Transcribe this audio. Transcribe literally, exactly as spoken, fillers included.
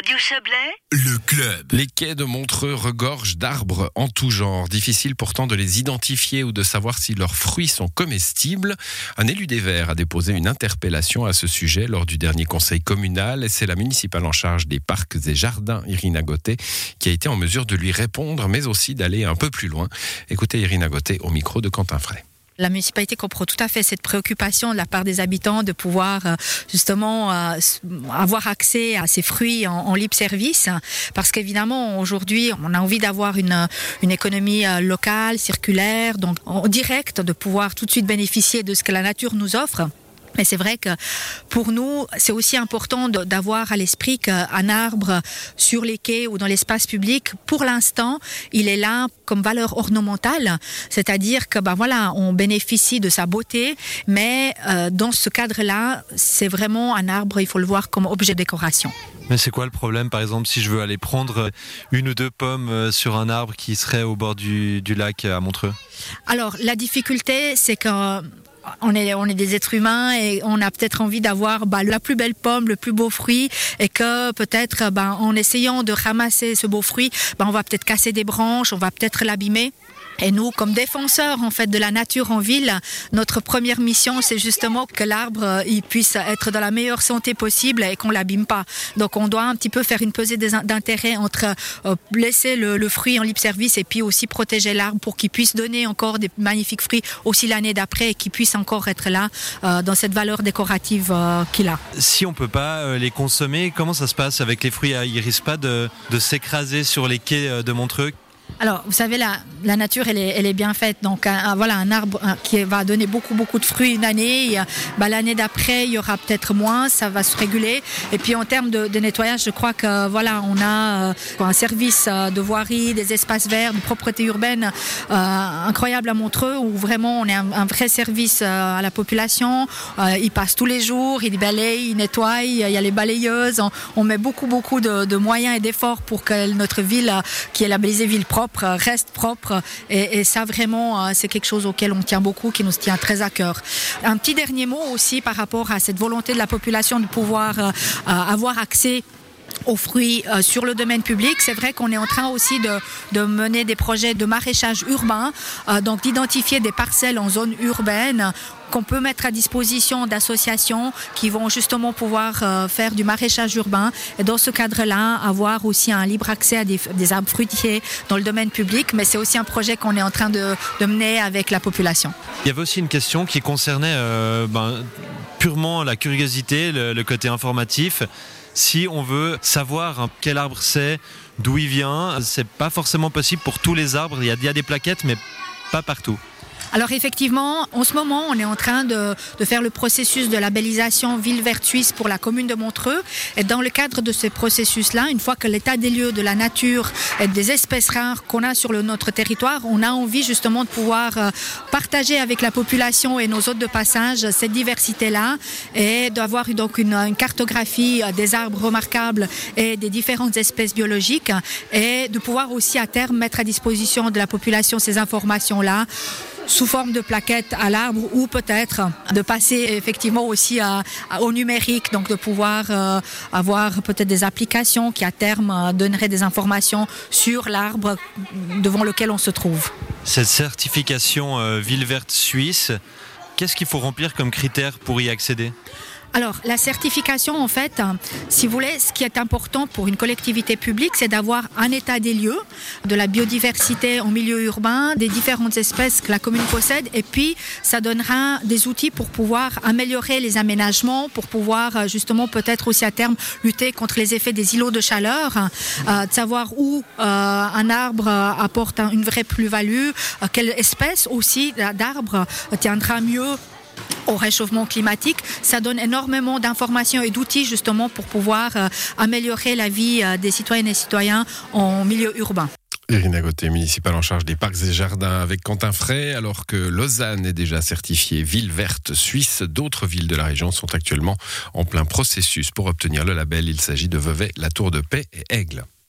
Radio Chablais, le club. Les quais de Montreux regorgent d'arbres en tout genre. Difficile pourtant de les identifier ou de savoir si leurs fruits sont comestibles. Un élu des Verts a déposé une interpellation à ce sujet lors du dernier conseil communal. Et c'est la municipale en charge des parcs et jardins, Irina Gauthier, qui a été en mesure de lui répondre, mais aussi d'aller un peu plus loin. Écoutez Irina Gauthier au micro de Quentin Fray. La municipalité comprend tout à fait cette préoccupation de la part des habitants de pouvoir euh, justement euh, avoir accès à ces fruits en, en libre service, parce qu'évidemment aujourd'hui on a envie d'avoir une, une économie euh, locale, circulaire, donc en direct, de pouvoir tout de suite bénéficier de ce que la nature nous offre. Mais c'est vrai que pour nous, c'est aussi important de, d'avoir à l'esprit qu'un arbre sur les quais ou dans l'espace public, pour l'instant, il est là comme valeur ornementale. C'est-à-dire que, ben voilà, on bénéficie de sa beauté, mais euh, dans ce cadre-là, c'est vraiment un arbre, il faut le voir comme objet de décoration. Mais c'est quoi le problème, par exemple, si je veux aller prendre une ou deux pommes sur un arbre qui serait au bord du, du lac à Montreux ? Alors, la difficulté, c'est que On est, on est des êtres humains et on a peut-être envie d'avoir bah, la plus belle pomme, le plus beau fruit, et que peut-être bah, en essayant de ramasser ce beau fruit, bah, on va peut-être casser des branches, on va peut-être l'abîmer. Et nous, comme défenseurs en fait de la nature en ville, notre première mission, c'est justement que l'arbre il puisse être dans la meilleure santé possible et qu'on l'abîme pas. Donc, on doit un petit peu faire une pesée d'intérêt entre euh, laisser le, le fruit en libre service et puis aussi protéger l'arbre pour qu'il puisse donner encore des magnifiques fruits aussi l'année d'après et qu'il puisse encore être là euh, dans cette valeur décorative euh, qu'il a. Si on peut pas euh, les consommer, comment ça se passe avec les fruits ? Ils risquent pas de, de s'écraser sur les quais de Montreux ? Alors, vous savez, la, la nature, elle est, elle est bien faite. Donc, un, un, voilà, un arbre un, qui va donner beaucoup, beaucoup de fruits une année. Et, bah, l'année d'après, il y aura peut-être moins. Ça va se réguler. Et puis, en termes de, de nettoyage, je crois que voilà, on a euh, un service euh, de voirie, des espaces verts, de propreté urbaine euh, incroyable à Montreux, où vraiment on est un, un vrai service euh, à la population. Euh, ils passent tous les jours, ils balayent, ils nettoient. Il y a les balayeuses. On, on met beaucoup, beaucoup de, de moyens et d'efforts pour que notre ville, qui est labellisée ville propre, reste propre, et, et ça vraiment c'est quelque chose auquel on tient beaucoup, qui nous tient très à cœur. Un petit dernier mot aussi par rapport à cette volonté de la population de pouvoir euh, avoir accès aux fruits euh, sur le domaine public. C'est vrai qu'on est en train aussi de, de mener des projets de maraîchage urbain, euh, donc d'identifier des parcelles en zone urbaine qu'on peut mettre à disposition d'associations qui vont justement pouvoir euh, faire du maraîchage urbain, et dans ce cadre-là, avoir aussi un libre accès à des, des arbres fruitiers dans le domaine public, mais c'est aussi un projet qu'on est en train de, de mener avec la population. Il y avait aussi une question qui concernait euh, ben, purement la curiosité, le, le côté informatif. Si on veut savoir quel arbre c'est, d'où il vient, c'est pas forcément possible pour tous les arbres. Il y a, il y a des plaquettes, mais pas partout. Alors effectivement, en ce moment, on est en train de, de faire le processus de labellisation Ville Verte Suisse pour la commune de Montreux. Et dans le cadre de ce processus-là, une fois que l'état des lieux de la nature et des espèces rares qu'on a sur le, notre territoire, on a envie justement de pouvoir euh, partager avec la population et nos hôtes de passage cette diversité-là, et d'avoir donc une, une cartographie des arbres remarquables et des différentes espèces biologiques, et de pouvoir aussi à terme mettre à disposition de la population ces informations-là sous forme de plaquettes à l'arbre, ou peut-être de passer effectivement aussi à, à, au numérique, donc de pouvoir euh, avoir peut-être des applications qui à terme euh, donneraient des informations sur l'arbre devant lequel on se trouve. Cette certification euh, Ville Verte Suisse, qu'est-ce qu'il faut remplir comme critère pour y accéder ? Alors, la certification, en fait, si vous voulez, ce qui est important pour une collectivité publique, c'est d'avoir un état des lieux de la biodiversité en milieu urbain, des différentes espèces que la commune possède, et puis ça donnera des outils pour pouvoir améliorer les aménagements, pour pouvoir justement peut-être aussi à terme lutter contre les effets des îlots de chaleur, euh, de savoir où euh, un arbre apporte une vraie plus-value, euh, quelle espèce aussi d'arbre tiendra mieux au réchauffement climatique. Ça donne énormément d'informations et d'outils justement pour pouvoir euh, améliorer la vie euh, des citoyennes et citoyens en milieu urbain. Irina Gauthier, municipale en charge des parcs et jardins, avec Quentin Fray. Alors que Lausanne est déjà certifiée ville verte suisse, d'autres villes de la région sont actuellement en plein processus pour obtenir le label. Il s'agit de Vevey, La Tour de Paix et Aigle.